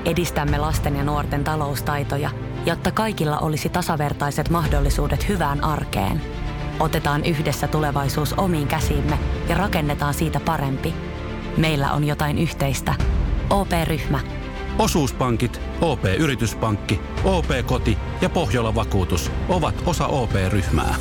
Edistämme lasten ja nuorten taloustaitoja, jotta kaikilla olisi tasavertaiset mahdollisuudet hyvään arkeen. Otetaan yhdessä tulevaisuus omiin käsiimme ja rakennetaan siitä parempi. Meillä on jotain yhteistä. OP-ryhmä. Osuuspankit, OP-yrityspankki, OP-koti ja Pohjola-vakuutus ovat osa OP-ryhmää.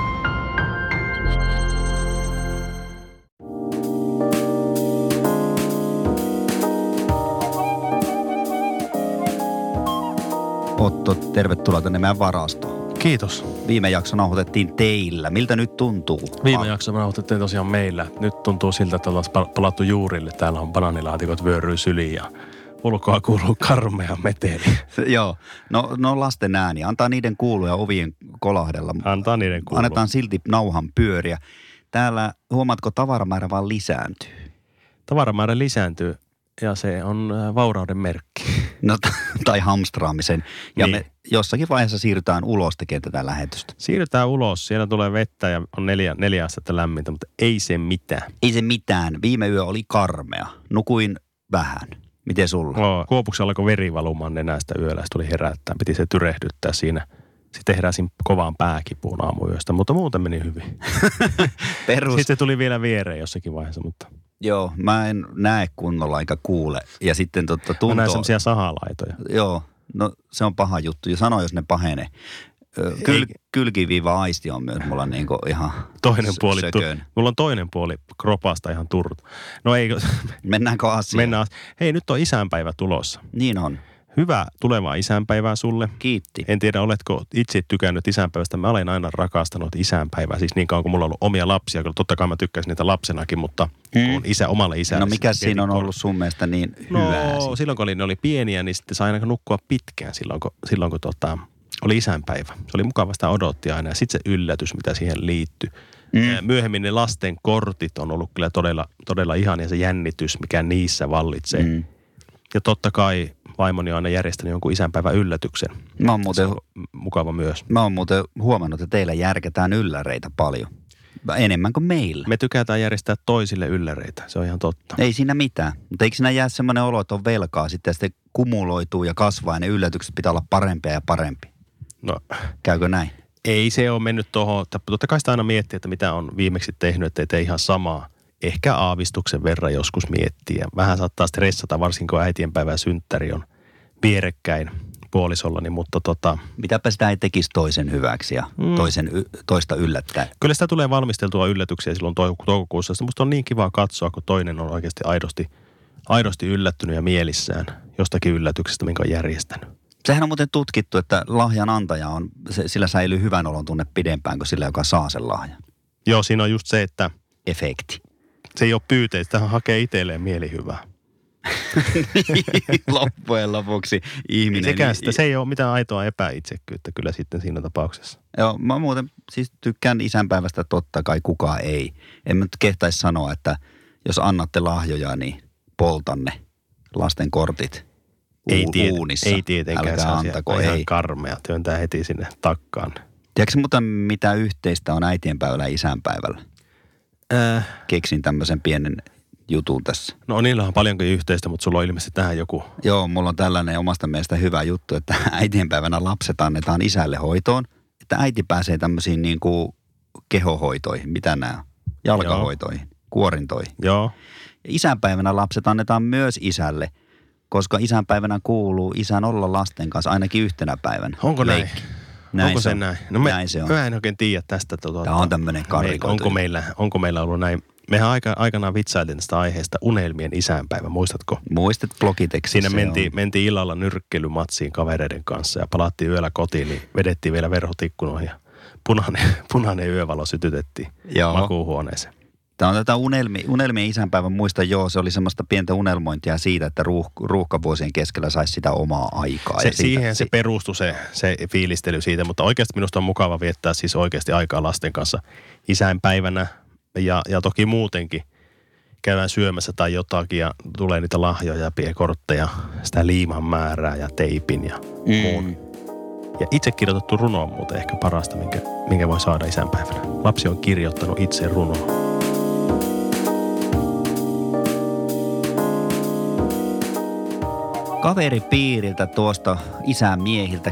Otto, tervetuloa tänne meidän varastoon. Kiitos. Viime jakso nauhoitettiin teillä. Miltä nyt tuntuu? Viime jakso nauhoitettiin tosiaan meillä. Nyt tuntuu siltä, että ollaan palattu juurille. Täällä on banaanilaatikot vyöryy syliin ja ulkoa kuuluu karmea meteli. Joo. No lasten ääni. Antaa niiden kuulua ja ovien kolahdella. Antaa niiden kuulua. Annetaan silti nauhan pyöriä. Täällä, huomaatko, tavaramäärä vaan lisääntyy? Tavaramäärä lisääntyy ja se on vaurauden merkki. No, tai hamstraamisen. Ja niin. Me jossakin vaiheessa siirrytään ulos tekemään tätä lähetystä. Siirrytään ulos. Siellä tulee vettä ja on 4 astetta lämmintä, mutta ei se mitään. Ei se mitään. Viime yö oli karmea. Nukuin vähän. Miten sulla? No, Kuopuksella alkoi veri valumaan nenästä yöllä. Se tuli herättää. Piti se tyrehdyttää siinä. Sitten heräsin kovaan pääkipuun aamuyöstä, mutta muuten meni hyvin. Sitten se tuli vielä viereen jossakin vaiheessa, mutta... Joo, mä en näe kunnolla eikä kuule. Ja sitten tuntuu... Mä näen semmoisia sahalaitoja. Joo, no se on paha juttu. Ja sano, jos ne pahenee. Kylkiviiva aisti on myös mulla niinku ihan mulla on toinen puoli kropasta ihan turut. No ei... Mennäänkö asiaan? Mennään. Hei, nyt on isänpäivä tulossa. Niin on. Hyvää tulevaa isänpäivää sulle. Kiitti. En tiedä, oletko itse tykännyt isänpäivästä. Mä olen aina rakastanut isänpäivää. Siis niin kauan kuin mulla on ollut omia lapsia. Kyllä totta kai mä tykkäsin niitä lapsenakin, mutta kun omalle isälle... No mikä siinä on ollut sun mielestä niin hyvää? No silloin kun ne oli pieniä, niin sitten sai aina nukkua pitkään silloin kun oli isänpäivä. Se oli mukava, sitä odotti aina. Ja sitten se yllätys, mitä siihen liittyi. Myöhemmin ne lasten kortit on ollut kyllä todella ihania, se jännitys, mikä niissä vallitsee. Ja totta kai vaimoni on aina järjestänyt jonkun isänpäivän yllätyksen. Se on mukava myös. Mä oon muuten huomannut, että teillä järketään ylläreitä paljon. Enemmän kuin meillä. Me tykätään järjestää toisille ylläreitä, se on ihan totta. Ei siinä mitään. Mutta eikö siinä jää semmoinen olo, että on velkaa sitten ja sitten kumuloituu ja kasvaa ja ne yllätykset pitää olla parempia ja parempi? No. Käykö näin? Ei se ole mennyt tuohon. Totta kai sitä aina miettii, että mitä on viimeksi tehnyt, ettei tee ihan samaa. Ehkä aavistuksen verran joskus miettiä. Ja vähän saattaa stressata, varsinkin kun äitienpäivä ja synttäri on vierekkäin puolisollani, mutta Mitäpä sitä ei tekisi toisen hyväksi ja toista yllättää? Kyllä sitä tulee valmisteltua yllätyksiä silloin toukokuussa. Musta on niin kiva katsoa, kun toinen on oikeasti aidosti yllättynyt ja mielissään jostakin yllätyksestä, minkä on järjestänyt. Sehän on muuten tutkittu, että lahjan antaja sillä säilyy hyvän olon tunne pidempään kuin sillä, joka saa sen lahjan. Joo, siinä on just se, että... Efekti. Se ei ole pyyteitä, tähän hakee itselleen mielihyvää. Loppujen lopuksi ihminen... Se ei ole mitään aitoa epäitsekkyyttä kyllä sitten siinä tapauksessa. Joo, mä muuten siis tykkään isänpäivästä, totta kai kukaan ei. En mä nyt kehtaisi sanoa, että jos annatte lahjoja, niin poltanne lasten kortit uunissa. Ei tietenkään älkää antako, ihan karmea. Työntää heti sinne takkaan. Tiedätkö muuten mitä yhteistä on äitienpäivällä ja isänpäivällä? Keksin tämmöisen pienen jutun tässä. No niillä on paljonkin yhteistä, mutta sulla on ilmeisesti tähän joku. Joo, mulla on tällainen omasta mielestä hyvä juttu, että äitienpäivänä lapset annetaan isälle hoitoon. Että äiti pääsee tämmöisiin niin kuin kehohoitoihin, mitä nämä on? Jalkahoitoihin, kuorintoihin. Joo. Ja isänpäivänä lapset annetaan myös isälle, koska isänpäivänä kuuluu isän olla lasten kanssa ainakin yhtenä päivänä. Onko näin? Onko se näin? No näin se on. Mä en oikein tiedä tästä. Tämä on tämmöinen karikoitu. Onko meillä ollut näin? Mehän aikanaan vitsailtiin tästä aiheesta unelmien isänpäivä, muistatko? Muistat blogitekstissä. Siinä mentiin illalla nyrkkeilymatsiin kavereiden kanssa ja palattiin yöllä kotiin, niin vedettiin vielä verhot ikkunoihin ja punainen yövalo sytytettiin makuuhuoneeseen. Tämä on tätä unelmien isänpäivän muista, se oli semmoista pientä unelmointia siitä, että ruuhkavuosien keskellä saisi sitä omaa aikaa. Siihen se perustui se fiilistely siitä, mutta oikeasti minusta on mukava viettää siis oikeasti aikaa lasten kanssa isänpäivänä ja toki muutenkin käydään syömässä tai jotakin ja tulee niitä lahjoja, kortteja, sitä liiman määrää ja teipin ja muun. Ja itse kirjoitettu runo on muuten ehkä parasta, minkä voi saada isänpäivänä. Lapsi on kirjoittanut itse runoa. Kaveripiiriltä tuosta isän miehiltä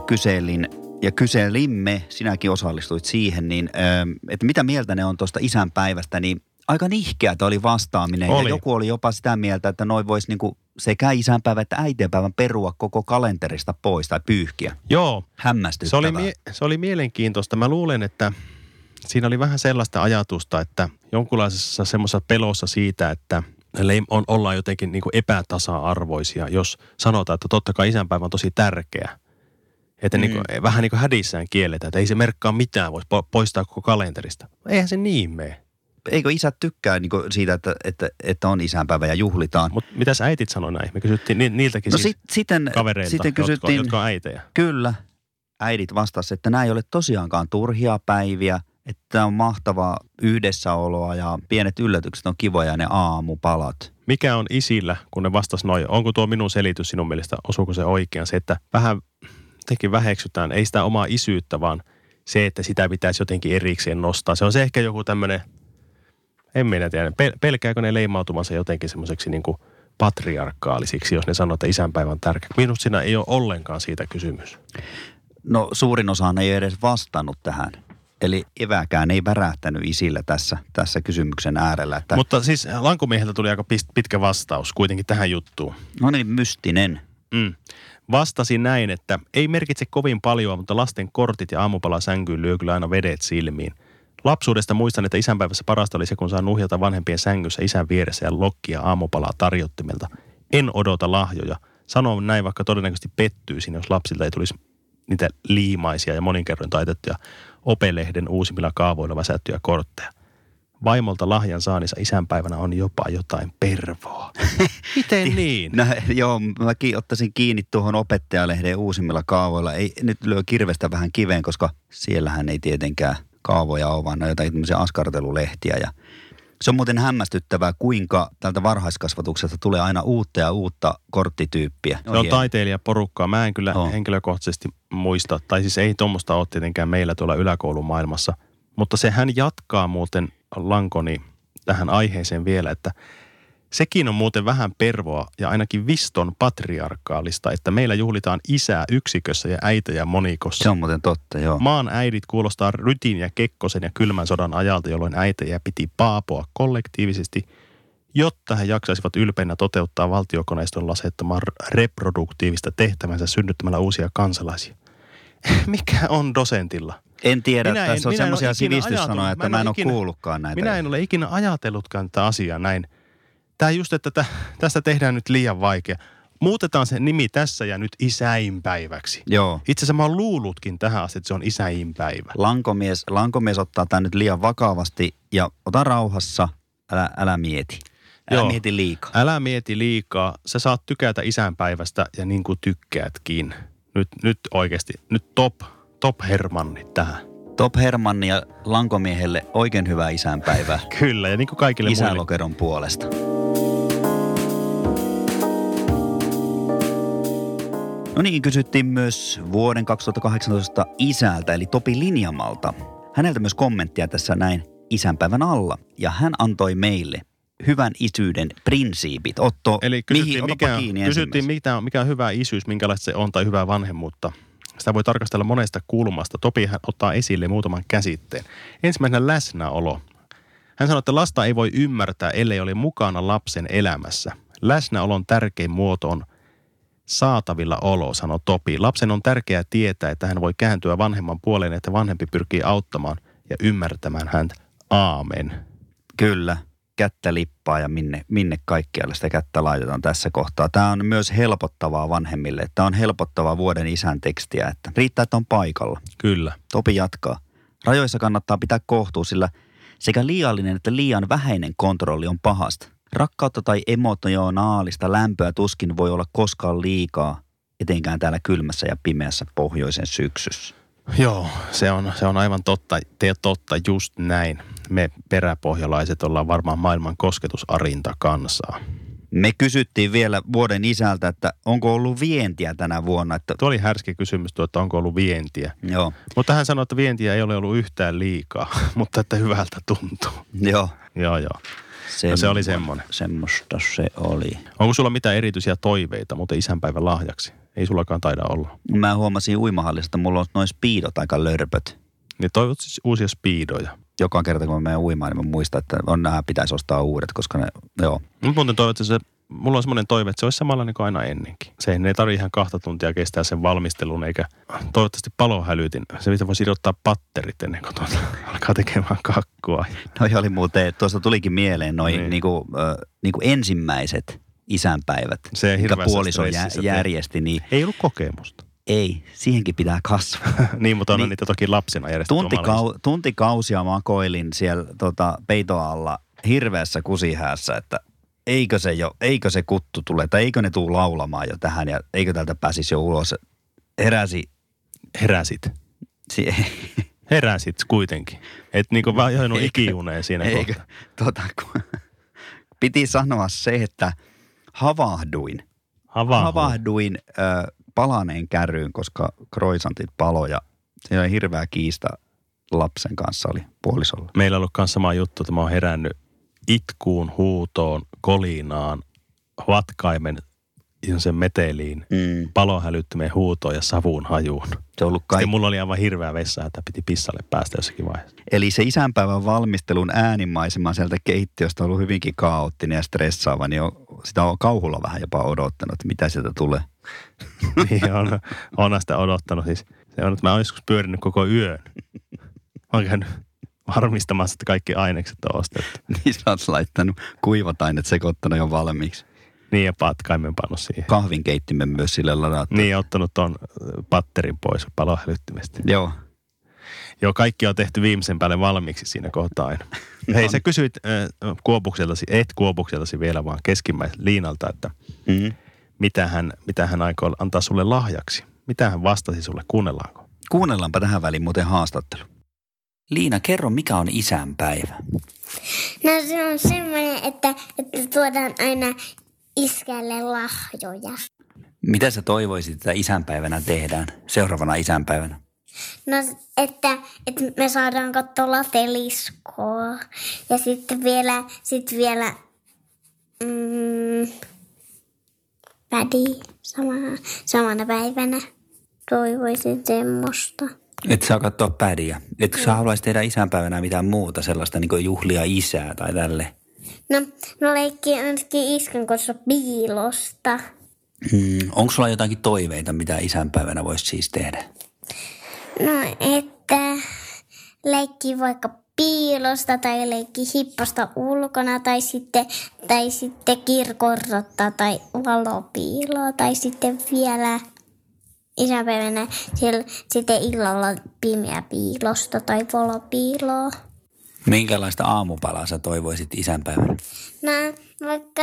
kyselimme, sinäkin osallistuit siihen, niin että mitä mieltä ne on tuosta isänpäivästä, niin aika nihkeätä oli vastaaminen. Oli. Ja joku oli jopa sitä mieltä, että noin voisi niinku sekä isänpäivä että äitienpäivän perua koko kalenterista pois tai pyyhkiä. Joo. Hämmästyttävää. Se oli mielenkiintoista. Mä luulen, että siinä oli vähän sellaista ajatusta, että jonkunlaisessa semmoisessa pelossa siitä, että ollaan jotenkin niin kuin epätasa-arvoisia, jos sanotaan, että totta kai isänpäivä on tosi tärkeä. Että niin kuin, vähän niin kuin hädissään kielletään, että ei se merkkaa mitään, voisi poistaa koko kalenterista. Eihän se niin mene. Eikö isät tykkää niinku siitä, että on isänpäivä ja juhlitaan? Mutta mitäs äitit sanoi näin? Me kysyttiin niiltäkin kavereilta, jotka on äitejä. Kyllä. Äidit vastasivat, että nämä ei ole tosiaankaan turhia päiviä, että on mahtavaa yhdessäoloa ja pienet yllätykset on kivoja ja ne aamupalat. Mikä on isillä, kun ne vastas noin? Onko tuo minun selitys sinun mielestä, osuuko se oikein? Se, että vähän tekin väheksytään, ei sitä omaa isyyttä, vaan se, että sitä pitäisi jotenkin erikseen nostaa. Se on se ehkä joku tämmöinen, en minä tiedä, pelkääkö ne leimautumansa jotenkin semmoiseksi niin kuin patriarkaalisiksi, jos ne sanoo, että isänpäivä on tärkeä. Minusta siinä ei ole ollenkaan siitä kysymys. No suurin osa ei edes vastannut tähän. Eli evääkään ei värähtänyt isillä tässä kysymyksen äärellä. Että mutta siis lankomieheltä tuli aika pitkä vastaus kuitenkin tähän juttuun. No niin, mystinen. Vastasi näin, että ei merkitse kovin paljon, mutta lasten kortit ja aamupala sänkyyn lyö kyllä aina vedet silmiin. Lapsuudesta muistan, että isänpäivässä parasta oli se, kun saa nuhjata vanhempien sängyssä isän vieressä ja lokkia aamupalaa tarjottimelta. En odota lahjoja. Sanon näin, vaikka todennäköisesti pettyisin, jos lapsilta ei tulisi niitä liimaisia ja monin kerroin taitettuja Opelehden uusimmilla kaavoilla väsättyjä kortteja. Vaimolta lahjan saannissa isänpäivänä on jopa jotain pervoa. Miten niin? No, joo, mäkin ottaisin kiinni tuohon opettajalehden uusimmilla kaavoilla. Ei nyt lyö kirvestä vähän kiveen, koska siellähän ei tietenkään kaavoja ole, vaan ne on jotain tämmöisiä askartelulehtiä. Ja se on muuten hämmästyttävää, kuinka tältä varhaiskasvatuksesta tulee aina uutta korttityyppiä. Se on taiteilijaporukkaa. Mä en kyllä henkilökohtaisesti muista, tai siis ei tuommoista ole tietenkään meillä tuolla yläkoulumaailmassa. Mutta sehän jatkaa muuten lankoni tähän aiheeseen vielä, että sekin on muuten vähän pervoa ja ainakin viston patriarkaalista, että meillä juhlitaan isää yksikössä ja äitejä monikossa. Se on muuten totta, joo. Maan äidit kuulostaa Rytin ja Kekkosen ja kylmän sodan ajalta, jolloin äitejä piti paapoa kollektiivisesti, jotta he jaksaisivat ylpeinä toteuttaa valtiokoneiston asettamaa reproduktiivista tehtävänsä synnyttämällä uusia kansalaisia. Mikä on dosentilla? En tiedä, tässä on semmoisia sivistyssanoja, että mä en ole kuullutkaan näitä. Minä en ole ikinä ajatellutkaan tätä asiaa näin. Tämä just, että tästä tehdään nyt liian vaikea. Muutetaan se nimi tässä ja nyt isäinpäiväksi. Joo. Itse asiassa mä oon luullutkin tähän asti, että se on isäinpäivä. Lankomies ottaa tämän nyt liian vakavasti ja ota rauhassa, älä mieti. Älä mieti liikaa. Älä mieti liikaa. Sä saat tykätä isänpäivästä ja niin kuin tykkäätkin. Nyt oikeasti, nyt top Hermanni tähän. Top Hermanni ja lankomiehelle oikein hyvää isänpäivää. Kyllä, ja niin kuin kaikille muille. Isälokeron puolesta. No niin, kysyttiin myös vuoden 2018 isältä, eli Topi Linjamalta. Häneltä myös kommenttia tässä näin isänpäivän alla, ja hän antoi meille hyvän isyyden prinsiipit. Otto, eli kysyttiin mikä on hyvä isyys, minkälaista se on, tai hyvää vanhemmuutta. Sitä voi tarkastella monesta kulmasta. Topi hän ottaa esille muutaman käsitteen. Ensimmäisenä läsnäolo. Hän sanoi, että lasta ei voi ymmärtää, ellei ole mukana lapsen elämässä. Läsnäolon tärkein muoto on saatavilla olo, sanoi Topi. Lapsen on tärkeää tietää, että hän voi kääntyä vanhemman puoleen, että vanhempi pyrkii auttamaan ja ymmärtämään häntä. Aamen. Kyllä. Kättä lippaa ja minne kaikkialle sitä kättä laitetaan tässä kohtaa. Tämä on myös helpottavaa vanhemmille. Tämä on helpottavaa vuoden isän tekstiä, että riittää, että on paikalla. Kyllä. Topi jatkaa. Rajoissa kannattaa pitää kohtuu, sillä sekä liiallinen että liian vähäinen kontrolli on pahasta. Rakkautta tai emotionaalista lämpöä tuskin voi olla koskaan liikaa, etenkään täällä kylmässä ja pimeässä pohjoisen syksyssä. Joo, se on aivan totta. Totta, just näin. Me peräpohjalaiset ollaan varmaan maailman kosketusarinta kansaa. Me kysyttiin vielä vuoden isältä, että onko ollut vientiä tänä vuonna. Tuo oli härski kysymys, että onko ollut vientiä. Joo. Mutta hän sanoi, että vientiä ei ole ollut yhtään liikaa, mutta että hyvältä tuntuu. Joo. Joo. Se oli semmoinen. Semmoista se oli. Onko sulla mitään erityisiä toiveita muuten isänpäivän lahjaksi? Ei sullakaan taida olla. Mä huomasin uimahallista, että mulla on noin speedot aika lörpöt. Niin toivot siis uusia speedoja. Joka kerta, kun mä menen uimaan, niin mä muistan, että nämä pitäisi ostaa uudet, koska ne, joo. Mutta muuten toivot, että mulla on semmoinen toive, että se olisi samanlainen kuin aina ennenkin. Se ei tarvitse ihan 2 tuntia kestää sen valmistelun, eikä toivottavasti palohälytin. Se mitä voisi odottaa patterit ennen kuin alkaa tekemään kakkua. No oli muuten, tuosta tulikin mieleen noin niinku ensimmäiset isänpäivät, se mikä puoliso järjesti. Niin ei ollut kokemusta. Ei, siihenkin pitää kasvaa. Niin, mutta on niitä toki lapsena järjestetty. Tuntikausia makoilin siellä peitoalla hirveässä kusihäässä, että eikö se kuttu tule, tai eikö ne tule laulamaan jo tähän, ja eikö täältä pääsisi jo ulos. Heräsit kuitenkin. Et niinku vähän johonut ikiuneen siinä kohtaa. Piti sanoa se, että havahduin palaneen kärryyn, koska croissantit palo, ja siinä oli hirveä kiista lapsen kanssa oli puolisolla. Meillä on ollut myös sama juttu, että mä oon herännyt itkuun, huutoon, kolinaan, vatkaimen, sen meteliin, palohälyttimeen huutoon ja savun hajuun. Se on ollut Sitten mulla oli aivan hirveä vessa, että piti pissalle päästä jossakin vaiheessa. Eli se isänpäivän valmistelun äänimaisema sieltä keittiöstä on ollut hyvinkin kaoottinen ja stressaava, niin sitä on kauhulla vähän jopa odottanut, että mitä sieltä tulee. Niin on sitä odottanut. Siis se on, että mä oon joskus pyörinyt koko yön. Mä oon käynyt varmistamassa, että kaikki ainekset on ostettu. Niin sä oot laittanut kuivatainet sekoittanut jo valmiiksi. Niin, ja patkaimen pannut siihen. Kahvinkeittimen myös sille ladattu. Niin, ottanut ton patterin pois palohälyttimestä. Joo. Joo, kaikki on tehty viimeisen päälle valmiiksi siinä kohtaa aina. Hei, sä kysyit Kuopukseltasi vielä vaan keskimmäiseltä Liinalta, että mitä hän aikoo antaa sulle lahjaksi. Mitä hän vastasi sulle, kuunnellaanko? Kuunnellaanpa tähän väliin muuten haastattelu. Liina, kerro, mikä on isänpäivä? No se on semmoinen, että tuodaan aina iskälle lahjoja. Mitä sä toivoisit, että isänpäivänä tehdään, seuraavana isänpäivänä? No, että me saadaan katsoa lateliskoa. Ja sitten vielä pädi samana päivänä. Toivoisin semmoista. Et saa katsoa pädiä. Etkö sä haluaisi tehdä isänpäivänä mitään muuta, sellaista niin kuin juhlia isää tai tälle? No leikki ainakin iskän kanssa piilosta. Onko sulla jotakin toiveita, mitä isänpäivänä voisi siis tehdä? No, että leikki vaikka piilosta tai leikki hipposta ulkona tai sitten kirkonrotta tai valopiiloa tai sitten vielä isänpäivänä siellä sitten illalla pimeä piilosta tai valopiiloa. Minkälaista aamupalaa sä toivoisit isänpäivänä? No vaikka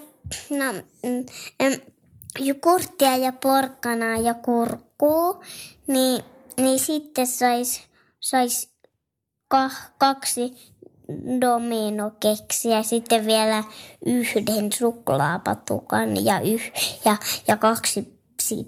jogurttia ja porkkanaa ja kurkkuu, niin sitten sais 2 dominokeksiä, sitten vielä 1 suklaapatukan ja 2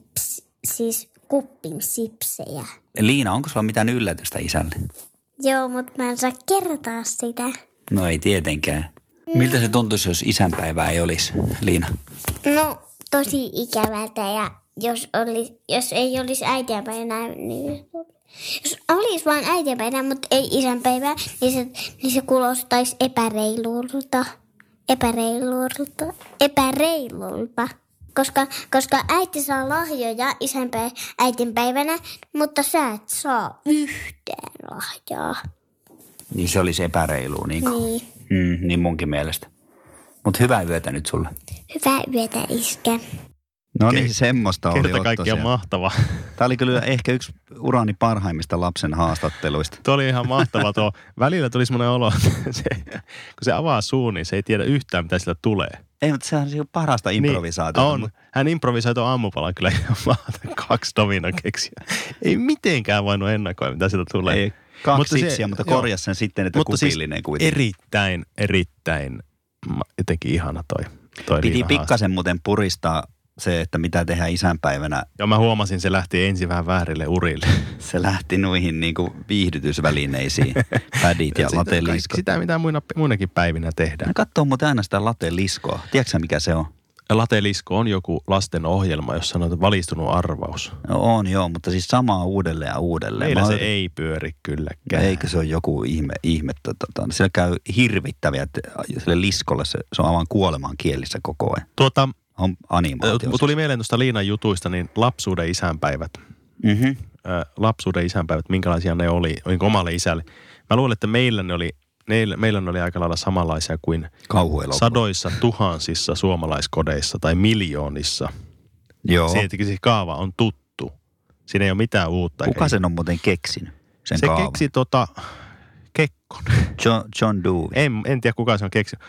kuppin sipsejä. Liina, onko sulla mitään yllätystä isälle? Joo, mutta mä en saa kertoa sitä. No ei tietenkään. Miltä se tuntuisi, jos isänpäivää ei olisi, Liina? No tosi ikävältä, ja jos ei olisi äitienpäivänä, niin jos olisi vain äitienpäivänä, mutta ei isänpäivää, niin se kuulostaisi epäreilulta. Koska äiti saa lahjoja äitinpäivänä, mutta sä et saa yhtään lahjaa. Niin se olisi epäreilua, niin kuin. Niin. Niin munkin mielestä. Mutta hyvää yötä nyt sulle. Hyvää yötä, iskä. No niin, semmoista oli Kerta kaikkiaan mahtavaa. Tämä oli kyllä ehkä yksi urani parhaimmista lapsen haastatteluista. Tuo oli ihan mahtavaa tuo. Välillä tuli semmoinen olo, että kun se avaa suun, niin se ei tiedä yhtään, mitä sillä tulee. Ei, mutta sehän on parasta improvisaatiota. Niin, on. Hän improvisoi tuon aamupalan kyllä ihan 2 dominokeksiä. Ei mitenkään voinut ennakoida, mitä sieltä tulee. Ei, 2 sipsiä, mutta korjasi sen sitten, että kupillinen siis kuitenkin. Erittäin jotenkin ihana toi Piti pikkasen muuten puristaa se, että mitä tehdään isänpäivänä. Joo, mä huomasin, se lähti ensin vähän väärille urille. Se lähti noihin niinku viihdytysvälineisiin, pädit ja lateliskot. Sitä mitä muinakin päivinä tehdään. Ne katsoo muuten aina sitä lateliskoa. Tiedätkö mikä se on? Latelisko on joku lasten ohjelma, jossa on valistunut arvaus. No on joo, mutta siis samaa uudelleen ja uudelleen. Meillä se ei pyöri kylläkään. Eikö se ole joku ihme siellä käy hirvittäviä, sille liskolle se on aivan kuoleman kielissä koko ajan. On animaatiossa. Tuli mieleen tuosta Liinan jutuista, niin lapsuuden isänpäivät. Mm-hmm. Lapsuuden isänpäivät, minkälaisia ne oli omalle isälle. Mä luulen, että meillä ne oli aika lailla samanlaisia kuin sadoissa tuhansissa suomalaiskodeissa tai miljoonissa. Joo. Se kaava on tuttu. Siinä ei ole mitään uutta. Kuka sen on muuten keksinyt, sen se kaavan? keksi Kekkonen. John Dewey. En tiedä kuka se on keksinyt.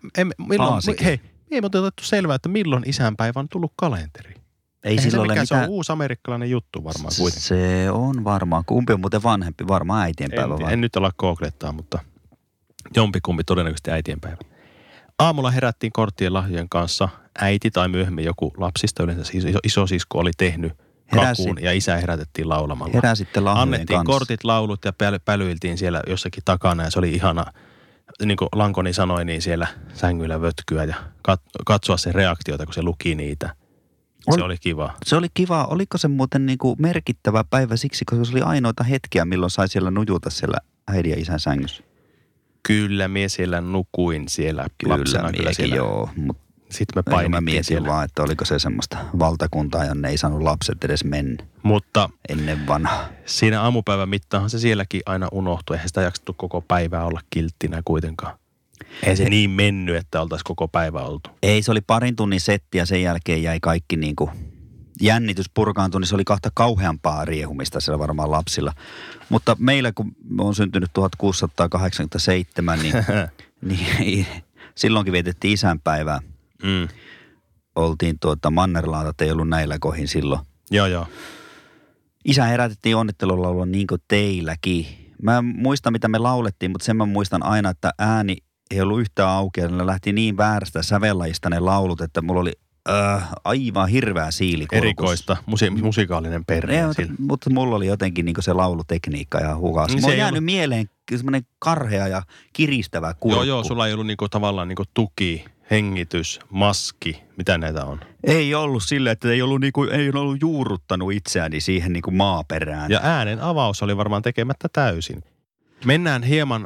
Ei muuten otettu selvää, että milloin isänpäivä on tullut kalenteri. Ei silloin ole mitään. Se on uusi amerikkalainen juttu varmaan kuitenkin. Se on varmaan. Kumpi on muuten vanhempi? Varmaan äitienpäivä. En nyt ala googlettaa, mutta jompikumpi todennäköisesti äitienpäivä. Aamulla herättiin korttien lahjojen kanssa. Äiti tai myöhemmin joku lapsista, yleensä isosisko oli tehnyt kakuun ja isä herätettiin laulamalla. Heräsitte lahjojen Annettiin kanssa. kortit, laulut ja pälyiltiin siellä jossakin takana ja se oli ihana, niin kuin Lankoni sanoi, niin siellä sängyllä vötkyä ja katsoa sen reaktiota, kun se luki niitä. Se oli kiva. Se oli kiva. Oliko se muuten niin kuin merkittävä päivä siksi, koska se oli ainoita hetkiä, milloin sai siellä nujuta siellä äidin ja isän sängyssä? Kyllä, mie siellä nukuin siellä lapsena. Kyllä siellä. Joo. Sitten me painittiin mä mietin siellä. vaan, että oliko se semmoista valtakuntaa, jonne ei saanut lapset edes mennä. Mutta ennen vanhaa. Siinä aamupäivän mittaanhan se sielläkin aina unohtui. Eihän sitä jaksettu koko päivää olla kilttinä kuitenkaan. Ei se niin mennyt, että oltaisiin koko päivä oltu. Ei, se oli parin tunnin setti ja sen jälkeen jäi kaikki niin kuin jännitys purkaantui, niin se oli kahta kauheampaa riehumista siellä varmaan lapsilla. Mutta meillä, kun on syntynyt 1687, niin silloinkin vietettiin isänpäivää. Mm. Oltiin mannerlaatat, ei ollut näillä kohin silloin. Joo. Isä herätettiin onnittelulaulua niin kuin teilläkin. Mä en muista, mitä me laulettiin, mutta sen mä muistan aina, että ääni ei ollut yhtään auki. Ne lähti niin väärästä sävellajista ne laulut, että mulla oli aivan hirveä siilikurkus. Erikoista, musikaalinen perhe. Mutta mulla oli jotenkin niin se laulutekniikka ja hukas. Niin mulla on jäänyt mieleen semmoinen karhea ja kiristävä kurkku. Joo, sulla ei ollut tavallaan tuki, hengitys, maski, mitä näitä on? Ei ollut silleen, että ei ollut juurruttanut itseäni siihen maaperään. Ja äänen avaus oli varmaan tekemättä täysin. Mennään hieman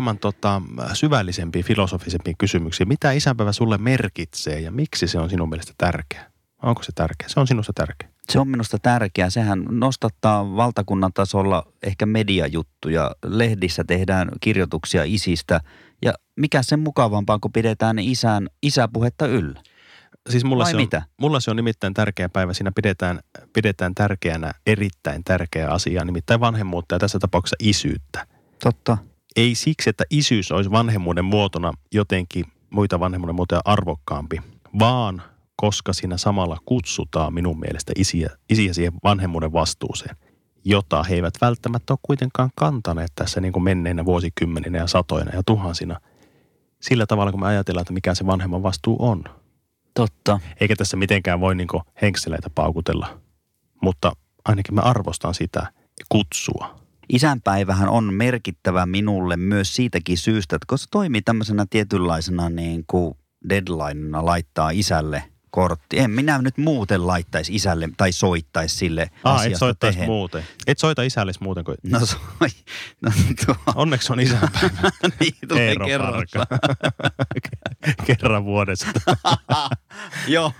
syvällisempiin, filosofisempiin kysymyksiin. Mitä isänpäivä sulle merkitsee ja miksi se on sinun mielestä tärkeä? Onko se tärkeä? Se on sinusta tärkeä. Se on minusta tärkeää. Sehän nostattaa valtakunnan tasolla ehkä mediajuttuja. Lehdissä tehdään kirjoituksia isistä. Ja mikä sen mukavampaa, kun pidetään isäpuhetta yllä? Siis mulla se on nimittäin tärkeä päivä. Siinä pidetään tärkeänä erittäin tärkeä asia, nimittäin vanhemmuutta ja tässä tapauksessa isyyttä. Totta. Ei siksi, että isyys olisi vanhemmuuden muotona jotenkin muita vanhemmuuden muotoja arvokkaampi, vaan koska siinä samalla kutsutaan minun mielestä isiä siihen vanhemmuuden vastuuseen, jota he eivät välttämättä ole kuitenkaan kantaneet tässä niin kuin menneinä vuosikymmeninä ja satoina ja tuhansina. Sillä tavalla, kun me ajatellaan, että mikä se vanhemman vastuu on. Totta. Eikä tässä mitenkään voi niin kuin henkseleitä paukutella, mutta ainakin mä arvostan sitä kutsua. Isänpäivähän on merkittävä minulle myös siitäkin syystä, että koska se toimii tämmöisenä tietynlaisena niin kuin deadlinena laittaa isälle kortti. En minä nyt muuten laittaisi isälle tai soittaisi sille asiasta et soittaisi tehen. muuten. Et soita isälle muuten kuin... No Onneksi on isänpäivä. Niin, tulee Eero kerrassa. Kerran vuodessa. Joo.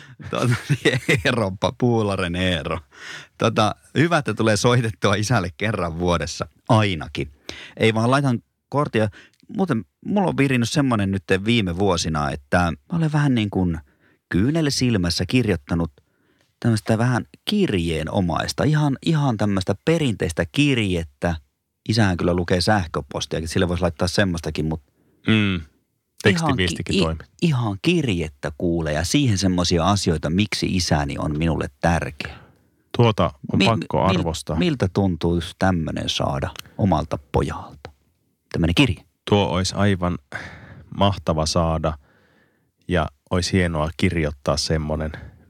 Eeropa, Puularen Eero. Hyvä, että tulee soitettua isälle kerran vuodessa. Ainakin. Ei vaan laitan korttia. Muuten mulla on virinnyt semmoinen nyt viime vuosina, että mä olen vähän niin kuin kyynel silmässä kirjoittanut tämmöistä vähän kirjeenomaista. Ihan tämmöistä perinteistä kirjettä. Isähän kyllä lukee sähköpostia, sille voisi laittaa semmoistakin, mutta... Tekstiviestikin toimii. Ihan kirjettä kuulee ja siihen semmoisia asioita, miksi isäni on minulle tärkeä. Tuota on pakko arvostaa. Miltä tuntuisi tämmöinen saada omalta pojalta? Tämmöinen kirje. Tuo olisi aivan mahtava saada ja olisi hienoa kirjoittaa semmoinen.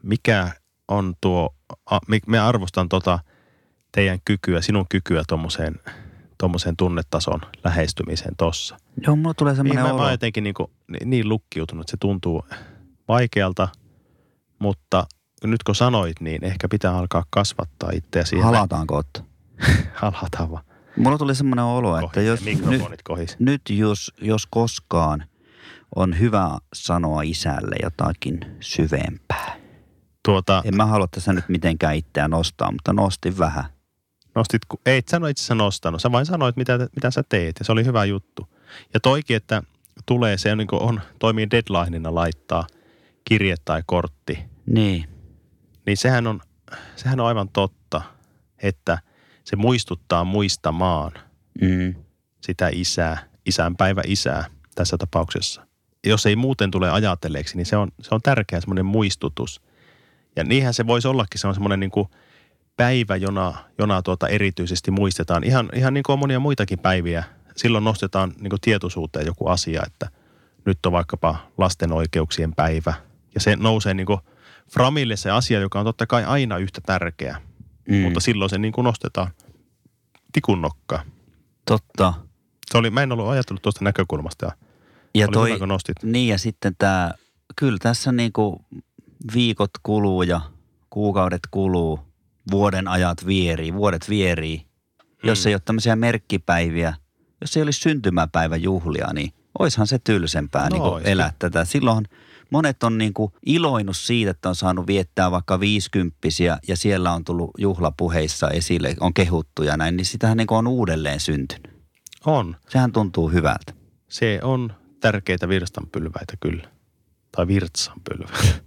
mikä on me arvostan teidän kykyä, sinun kykyä tommoseen tunnetason lähestymiseen tossa. Joo, mulla tulee semmoinen olo. Mä oon jotenkin niin lukkiutunut, että se tuntuu vaikealta, mutta nyt kun sanoit, niin ehkä pitää alkaa kasvattaa itseä siihen. Halataanko Otto? Halataan vaan. Mulla tuli semmoinen olo, että nyt jos koskaan on hyvä sanoa isälle jotakin syvempää. En mä halua tässä nyt mitenkään itseä nostaa, mutta nostin vähän. Ei sano itse asiassa nostanut. Sä vain sanoit, mitä sä teet, ja se oli hyvä juttu. Ja toikin, että tulee se toimii deadlineina laittaa kirje tai kortti. Niin sehän on aivan totta, että se muistuttaa muistamaan sitä isänpäivä isää tässä tapauksessa. Jos ei muuten tule ajatelleeksi, niin se on tärkeä semmoinen muistutus. Ja niinhän se voisi ollakin, se on semmoinen niin kuin päivä, jona erityisesti muistetaan. Ihan niin kuin on monia muitakin päiviä. Silloin nostetaan niin kuin tietoisuuteen joku asia, että nyt on vaikkapa lasten oikeuksien päivä. Ja se nousee niin kuin framille se asia, joka on totta kai aina yhtä tärkeä. Mutta silloin se niin kuin nostetaan tikun nokkaan. Totta. Mä en ollut ajatellut tuosta näkökulmasta. Ja oli hyvä, kun nostit. Niin ja sitten kyllä tässä niin kuin viikot kuluu ja kuukaudet kuluu, vuodet vierii. Jos ei ole tämmöisiä merkkipäiviä, jos ei olisi syntymäpäiväjuhlia, niin oishan se tylsempää niin kuin elää tätä. Silloin monet on niin kuin iloinut siitä, että on saanut viettää vaikka 50-vuotiaita ja siellä on tullut juhlapuheissa esille, on kehuttu ja näin, niin sitähän niin kuin on uudelleen syntynyt. On. Sehän tuntuu hyvältä. Se on tärkeitä virstanpylväitä kyllä. Tai virtsanpylväitä.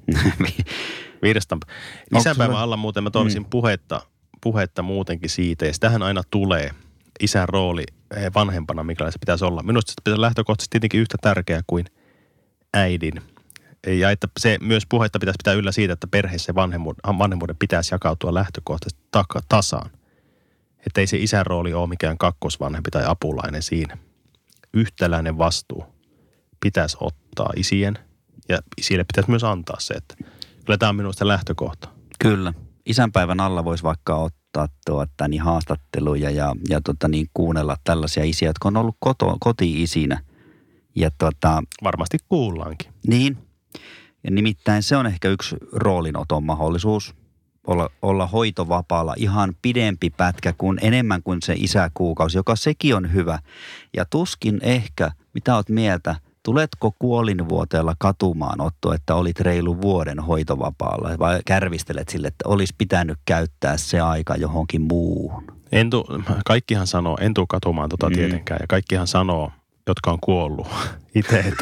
Isänpäivän alla muuten mä toivoisin puhetta muutenkin siitä. Ja sitähän aina tulee isän rooli vanhempana, minkälainen se pitäisi olla. Minusta se pitäisi lähtökohtaisesti tietenkin yhtä tärkeä kuin äidin. Ja että se myös puhetta pitäisi pitää yllä siitä, että perheessä vanhemmuuden pitäisi jakautua lähtökohtaisesti tasaan. Että ei se isän rooli ole mikään kakkosvanhempi tai apulainen siinä. Yhtäläinen vastuu pitäisi ottaa isien ja isille pitäisi myös antaa se, että kyllä tämä on minusta lähtökohta. Kyllä. Isänpäivän alla voisi vaikka ottaa haastatteluja ja kuunnella tällaisia isiä, jotka on ollut koti-isinä. Ja varmasti kuullaankin. Niin. Ja nimittäin se on ehkä yksi roolinoton mahdollisuus. Olla hoitovapaalla ihan pidempi pätkä kuin enemmän kuin se isäkuukausi, joka sekin on hyvä. Ja tuskin ehkä, mitä oot mieltä, tuletko kuolinvuoteella katumaan, Otto, että olit reilu vuoden hoitovapaalla vai kärvistelet sille, että olisi pitänyt käyttää se aika johonkin muuhun? Kaikkihan sanoo, en tuu katumaan tietenkään ja kaikkihan sanoo, jotka on kuollut itse, että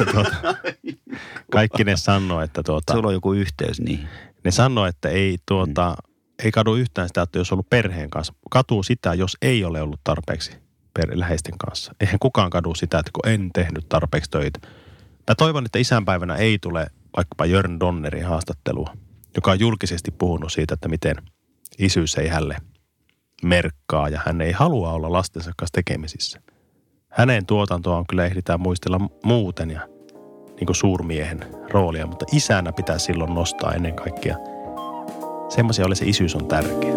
kaikki ne sanoo, että sulla on joku yhteys niin. Ne sanoo, että ei kadu yhtään sitä, että jos on ollut perheen kanssa. Katuu sitä, jos ei ole ollut tarpeeksi läheisten kanssa. Eihän kukaan kadu sitä, että kun en tehnyt tarpeeksi töitä. Mä toivon, että isänpäivänä ei tule vaikkapa Jörn Donnerin haastattelua, joka on julkisesti puhunut siitä, että miten isyys ei hänelle merkkaa ja hän ei halua olla lastensa kanssa tekemisissä. Hänen tuotantoaan kyllä ehditään muistella muuten ja niin kuin suurmiehen roolia, mutta isänä pitää silloin nostaa ennen kaikkea. Semmoisia oli se isyys on tärkeä.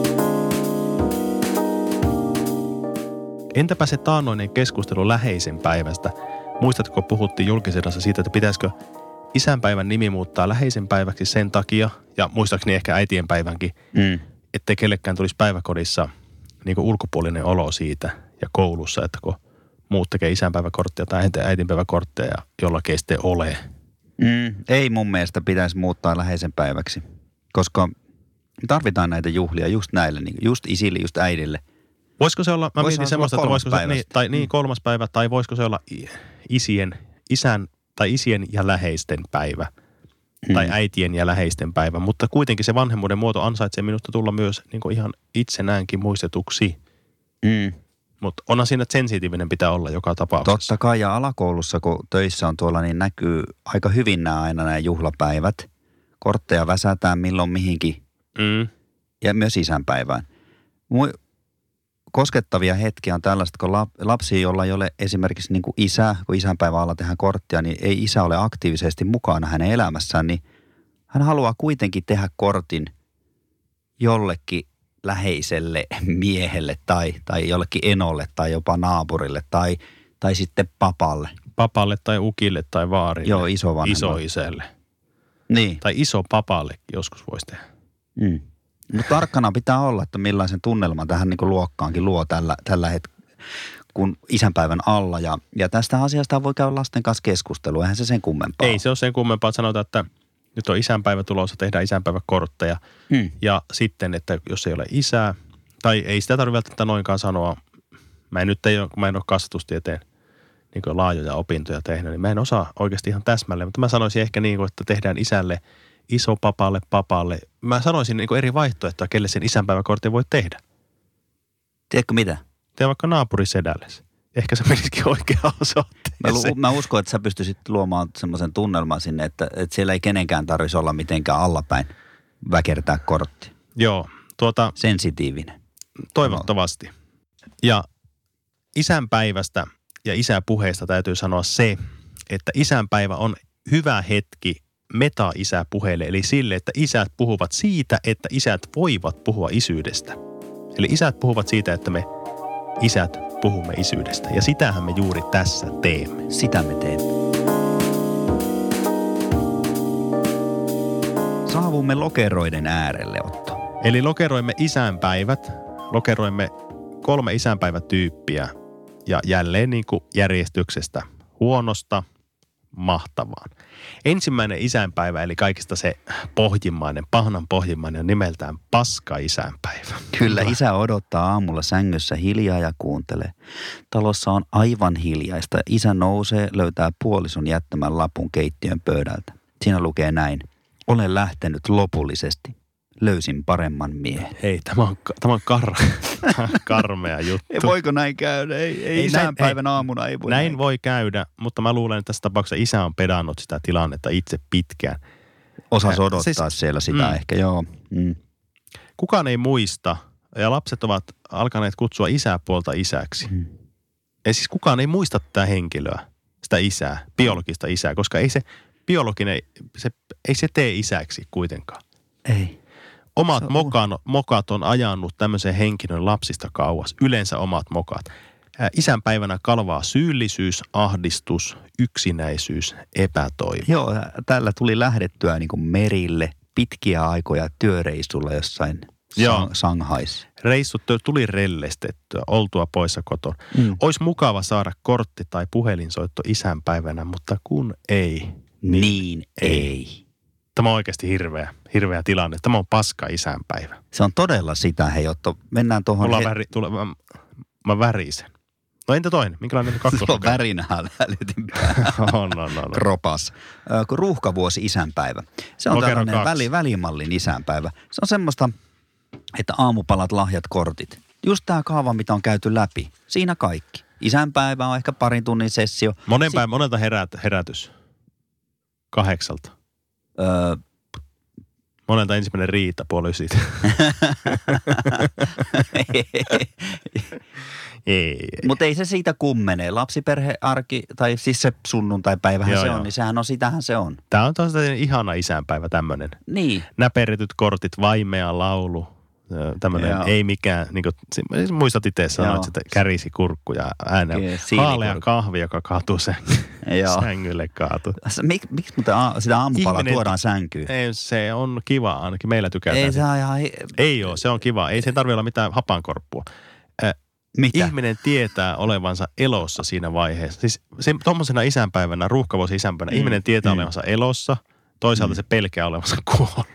Entäpä se taannoinen keskustelu läheisen päivästä? Muistatko, puhuttiin julkisessa siitä, että pitäisikö isänpäivän nimi muuttaa läheisen päiväksi sen takia, ja muistaakseni ehkä äitien päivänkin, ettei kellekään tulisi päiväkodissa niin kuin ulkopuolinen olo siitä ja koulussa, että kun muut tekee isänpäiväkorttia tai äitinpäiväkorttia, jollakin ei sitten ole. Ei mun mielestä pitäisi muuttaa läheisen päiväksi, koska tarvitaan näitä juhlia just näille, just isille, just äidille. Voisiko se olla, mä mietin semmoista, että voisiko se, kolmas päivä, tai voisiko se olla isien ja läheisten päivä, tai äitien ja läheisten päivä, mutta kuitenkin se vanhemmuuden muoto ansaitsee minusta tulla myös niin kuin ihan itsenäänkin muistetuksi. Mutta onhan siinä sensitiivinen pitää olla joka tapauksessa. Totta kai, ja alakoulussa, kun töissä on tuolla, niin näkyy aika hyvin nämä juhlapäivät. Kortteja väsätään milloin mihinkin. Ja myös isänpäivään. Koskettavia hetkiä on tällaista, kun lapsi, jolla ei ole esimerkiksi niin kuin isä, kun isänpäivän alla tehdään korttia, niin ei isä ole aktiivisesti mukana hänen elämässään, niin hän haluaa kuitenkin tehdä kortin jollekin läheiselle miehelle tai jollekin enolle tai jopa naapurille tai sitten papalle. Papalle tai ukille tai vaarille. Joo, isovanhemmalle. Isoisälle. Niin. Tai iso papalle joskus voisi tehdä. Mutta tarkkana pitää olla, että millaisen tunnelman tähän niin kuin luokkaankin luo tällä hetkellä, kun isänpäivän alla. Ja tästä asiasta voi käydä lasten kanssa keskustelua, eihän se sen kummempaa. Ei se ole sen kummempaa, että sanotaan, että nyt on isänpäivä tulossa, tehdään isänpäiväkortteja. Ja sitten, että jos ei ole isää, tai ei sitä tarvitse välttämättä noinkaan sanoa, mä en ole kasvatustieteen niin kuin laajoja opintoja tehnyt, niin mä en osaa oikeasti ihan täsmälleen, mutta mä sanoisin ehkä niin kuin, että tehdään isälle, papalle. Mä sanoisin niin kuin eri vaihtoehtoja, kelle sen isänpäiväkortin voi tehdä. Tiedätkö mitä? Tee vaikka naapurisedällesi. Ehkä se menisikin oikeaan osoitteeseen. Mä uskon, että sä pystyisit luomaan semmoisen tunnelman sinne, että siellä ei kenenkään tarvitsisi olla mitenkään allapäin väkertää kortti. Joo. Sensitiivinen. Toivottavasti. Ja isänpäivästä ja isäpuheesta täytyy sanoa se, että isänpäivä on hyvä hetki meta-isäpuheelle, eli sille, että isät puhuvat siitä, että isät voivat puhua isyydestä. Eli isät puhuvat siitä, että me isät puhumme isyydestä. Ja sitähän me juuri tässä teemme. Sitä me teemme. Saavumme lokeroiden äärelle, Otto. Eli lokeroimme isänpäivät, lokeroimme 3 isänpäivätyyppiä ja jälleen niin kuin järjestyksestä huonosta mahtavaan. Ensimmäinen isänpäivä, eli kaikista se pohjimmainen, pahnan pohjimmainen on nimeltään paska-isänpäivä. Kyllä, isä odottaa aamulla sängyssä hiljaa ja kuuntelee. Talossa on aivan hiljaista. Isä nousee, löytää puolison jättämän lapun keittiön pöydältä. Siinä lukee näin. Olen lähtenyt lopullisesti. Löysin paremman miehen. Hei, tämä on karmea juttu. Ei, voiko näin käydä? Ei isänpäivän aamuna ei voi. Näin voi käydä, mutta mä luulen, että tässä tapauksessa isä on pedannut sitä tilannetta itse pitkään. Osasi odottaa siellä sitä ehkä, joo. Kukaan ei muista, ja lapset ovat alkaneet kutsua isäpuolta isäksi. Ja siis kukaan ei muista tätä henkilöä, sitä isää, biologista isää, koska ei se biologinen, ei se tee isäksi kuitenkaan. Ei. Omat mokat on ajanut tämmöisen henkilön lapsista kauas, yleensä omat mokat. Isänpäivänä kalvaa syyllisyys, ahdistus, yksinäisyys, epätoivo. Joo, tällä tuli lähdettyä niin kuin merille pitkiä aikoja työreissulla jossain Shanghaissa. Reissut tuli rellestettyä, oltua poissa kotona. Olisi mukava saada kortti tai puhelinsoitto isänpäivänä, mutta kun ei. Niin ei. Tämä on oikeasti hirveä tilanne. Tämä on paska isänpäivä. Se on todella sitä, hei Otto. Mennään tuohon. Mä värisen. No entä toinen? Minkälainen kakkosluku? Sulla on värinää älytin päällä. No. Kropas. Ruuhkavuosi isänpäivä. Se on tällainen välimallin isänpäivä. Se on semmoista, että aamupalat, lahjat, kortit. Just tämä kaava, mitä on käyty läpi. Siinä kaikki. Isänpäivä on ehkä parin tunnin sessio. Monelta herätys? 8. Monelta ensimmäinen riita 8:30. Ei. Mutta ei se siitä kummene. Lapsiperhearki, tai siis se sunnuntaipäivähän se on, niin sehän on, sitähän se on. Tämä on tosiaan ihana isänpäivä tämmöinen. Niin. Näperrytyt kortit, vaimea laulu, tämmöinen ei mikään, niin kuin muistat itse sanoit, että kärisi kurkku ja äänellä. Haalea kahvi, joka kaatuu sängylle kaatuu. Miksi muuten sitä aamupalaa tuodaan sänkyyn? Ei, se on kiva, ainakin meillä tykätään. Ei ole, se on kiva. Ei sen tarvitse olla mitään hapankorppua. Mitä? Ihminen tietää olevansa elossa siinä vaiheessa. Siis tuommoisena isänpäivänä, ruuhkavuosi isänpäivänä, ihminen tietää olevansa elossa, toisaalta se pelkää olevansa kuollut.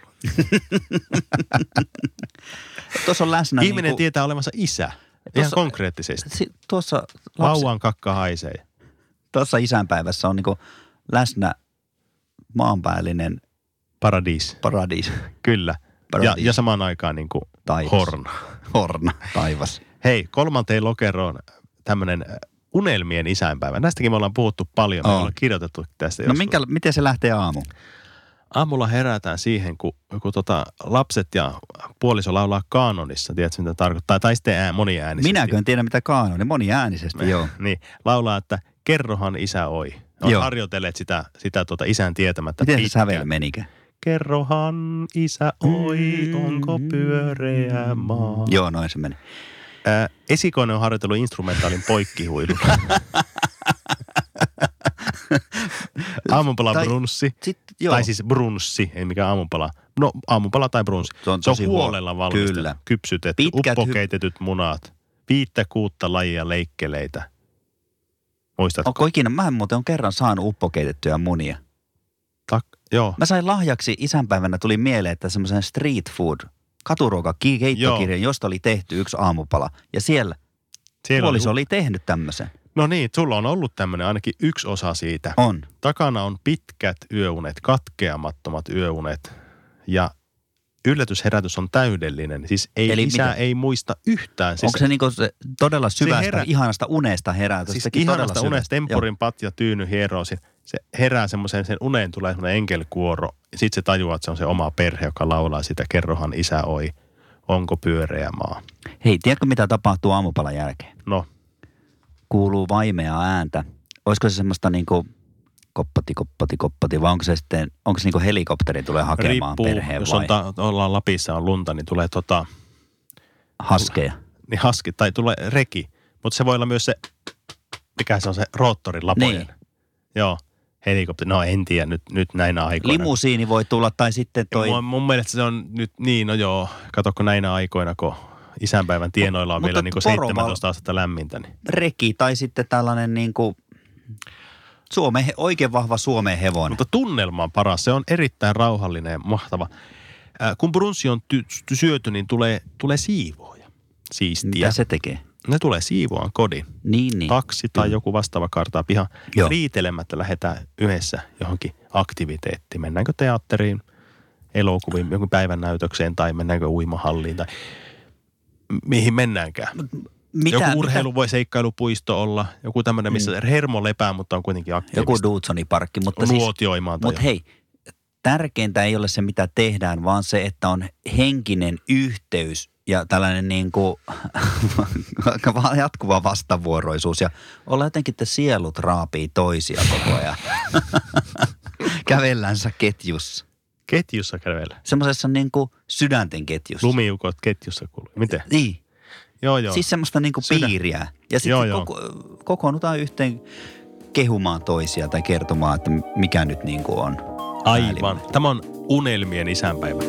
Tuossa on läsnä ihminen tietää olevansa isä, ihan konkreettisesti. Vauvan kakka haisee. Tuossa isänpäivässä on niinku läsnä maanpäällinen paradiis. Kyllä. Ja samaan aikaan niinku horna, taivas. Hei, 3. lokeroon tämmöinen unelmien isänpäivä. Näistäkin me ollaan puhuttu paljon, me ollaan kirjoitettu tästä. No miten se lähtee aamu? Aamulla herätään siihen, kun lapset ja puoliso laulaa kaanonissa. Tiedätkö, mitä tarkoittaa? Tai sitten moniäänisesti. Minäkö en tiedä, mitä kaanoni? Moniäänisesti, joo. Niin, laulaa, että kerrohan isä oi. On harjoitelleet sitä isän tietämättä miten pitkään. se sävel menikö? Kerrohan isä, oi, onko pyöreä maa. Joo, noin se meni. Esikoinen on harjoitellut instrumentaalin poikkihuilun. Aamupala brunssi. Tai siis brunssi, ei mikään aamupala. No aamupala tai brunssi. Se on huolella valmistettu, kypsytetty, uppokeitetyt munat, 5-6 lajia leikkeleitä. Muistatko? Onko ikinä? Mä en muuten kerran saanut uppokeitettyjä munia. Joo. Mä sain lahjaksi isänpäivänä, tuli mieleen, että semmoisen street food katuruokakeittokirjan, josta oli tehty yksi aamupala. Ja siellä puoliso oli tehnyt tämmöisen. No niin, sulla on ollut tämmöinen ainakin yksi osa siitä. On. Takana on pitkät yöunet, katkeamattomat yöunet ja yllätysherätys on täydellinen. Siis ei muista yhtään. Siis onko se niinku se todella syvästä, ihanasta unesta herätys? Siis ihanasta unesta, tempurin patja, tyyny, hieroosin. Se herää semmoisen, sen uneen tulee semmoinen enkelikuoro. Sitten se tajuaa, että se on se oma perhe, joka laulaa sitä. Kerrohan isä, oi, onko pyöreä maa. Hei, tiedätkö mitä tapahtuu aamupalan jälkeen? No. Kuuluu vaimea ääntä. Olisiko se semmoista niinku koppati, vai onko se sitten, onko se niinku helikopteri tulee hakemaan perheen vai? Jos ollaan Lapissa on lunta, niin tulee haskeja. Niin haski, tai tulee reki. Mutta se voi olla myös se, mikä se on se roottorin lapojen. Niin. Joo, helikopteri. No en tiedä nyt näinä aikoina. Limusiini voi tulla tai sitten toi. Mun mielestä se on nyt niin, no joo. Katsokko näinä aikoina, kun isänpäivän tienoilla on vielä niinku 17 astetta lämmintä. Niin. Reki tai sitten tällainen niinku oikein vahva Suomen hevonen. Mutta tunnelma on paras. Se on erittäin rauhallinen ja mahtava. Kun brunssi on syöty, niin tulee siivooja. Siistiä. Mitä se tekee? Ne tulee siivoaan kodin. Niin. Taksi tai joku vastaava kartaa pihan. Riitelemättä lähdetään yhdessä johonkin aktiviteettiin. Mennäänkö teatteriin, elokuviin, jonkun päivän näytökseen tai mennäänkö uimahalliin tai mihin mennäänkään. Joku urheilu voi seikkailupuisto olla, joku tämmöinen, missä hermo lepää, mutta on kuitenkin aktiivista. Joku Duutsoniparkki, mutta luotioimaan. Mutta hei, tärkeintä ei ole se, mitä tehdään, vaan se, että on henkinen yhteys ja tällainen niin kuin jatkuva vastavuoroisuus. Ja olla jotenkin, että sielut raapii toisia koko ajan. Kävellänsä ketjussa. Ketjussa kävellä? Semmoisessa niin kuin sydänten ketjussa. Lumiukot ketjussa kuuluu. Miten? Niin. Joo. Siis semmoista niinku piiriä. Ja sitten kokoonnutaan yhteen kehumaan toisia tai kertomaan, että mikä nyt niinku on. Aivan. Tämä on unelmien isänpäivä.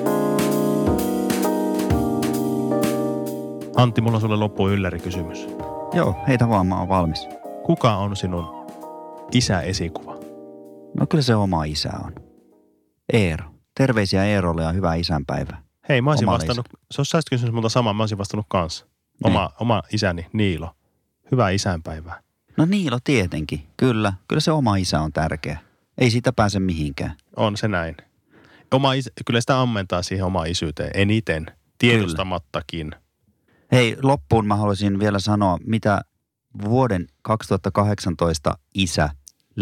Antti, mulla on sulle loppuun yllärikysymys. Joo, heitä vaan, mä oon valmis. Kuka on sinun isäesikuva? No kyllä se oma isä on. Eero. Terveisiä Eerolle ja hyvää isänpäivää. Hei, mä olisin vastannut, jos sä olisit kysynyt multa samaa, mä olisin vastannut kanssa. Oma isäni Niilo. Hyvää isänpäivää. No Niilo tietenkin, kyllä. Kyllä se oma isä on tärkeä. Ei siitä pääse mihinkään. On se näin. Kyllä sitä ammentaa siihen omaan isyyteen eniten, tiedostamattakin. Hei, loppuun mä haluaisin vielä sanoa, mitä vuoden 2018 isä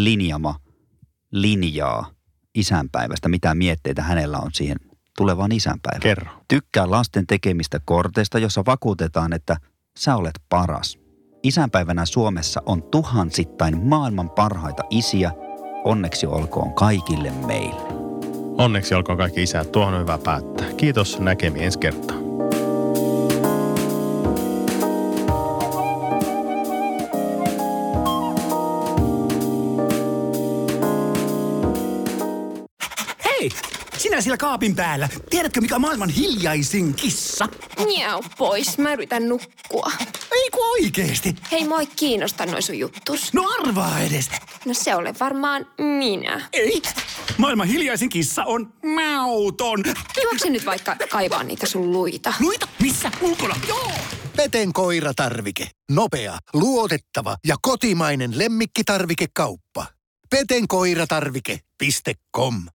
linjaa isänpäivästä. Mitä mietteitä hänellä on siihen tulevaan isänpäivään. Kerro. Tykkää lasten tekemistä korteista, jossa vakuutetaan, että sä olet paras. Isänpäivänä Suomessa on tuhansittain maailman parhaita isiä. Onneksi olkoon kaikille meille. Onneksi olkoon kaikki isät. Tuohon on hyvä päättää. Kiitos, näkemiin ensi kertaa. Hei! Sinä siellä kaapin päällä. Tiedätkö, mikä on maailman hiljaisin kissa? Miau pois, mä yritän nukkua. Ei kun oikeesti. Hei, moi kiinnosta noi sun juttus. No arvaa edes. No se ole varmaan minä. Ei. Maailman hiljaisin kissa on mauton. Juokse nyt vaikka kaivaa niitä sun luita. Luita? Missä? Ulkona? Joo! Peten koiratarvike. Nopea, luotettava ja kotimainen lemmikkitarvikekauppa. petenkoiratarvike.com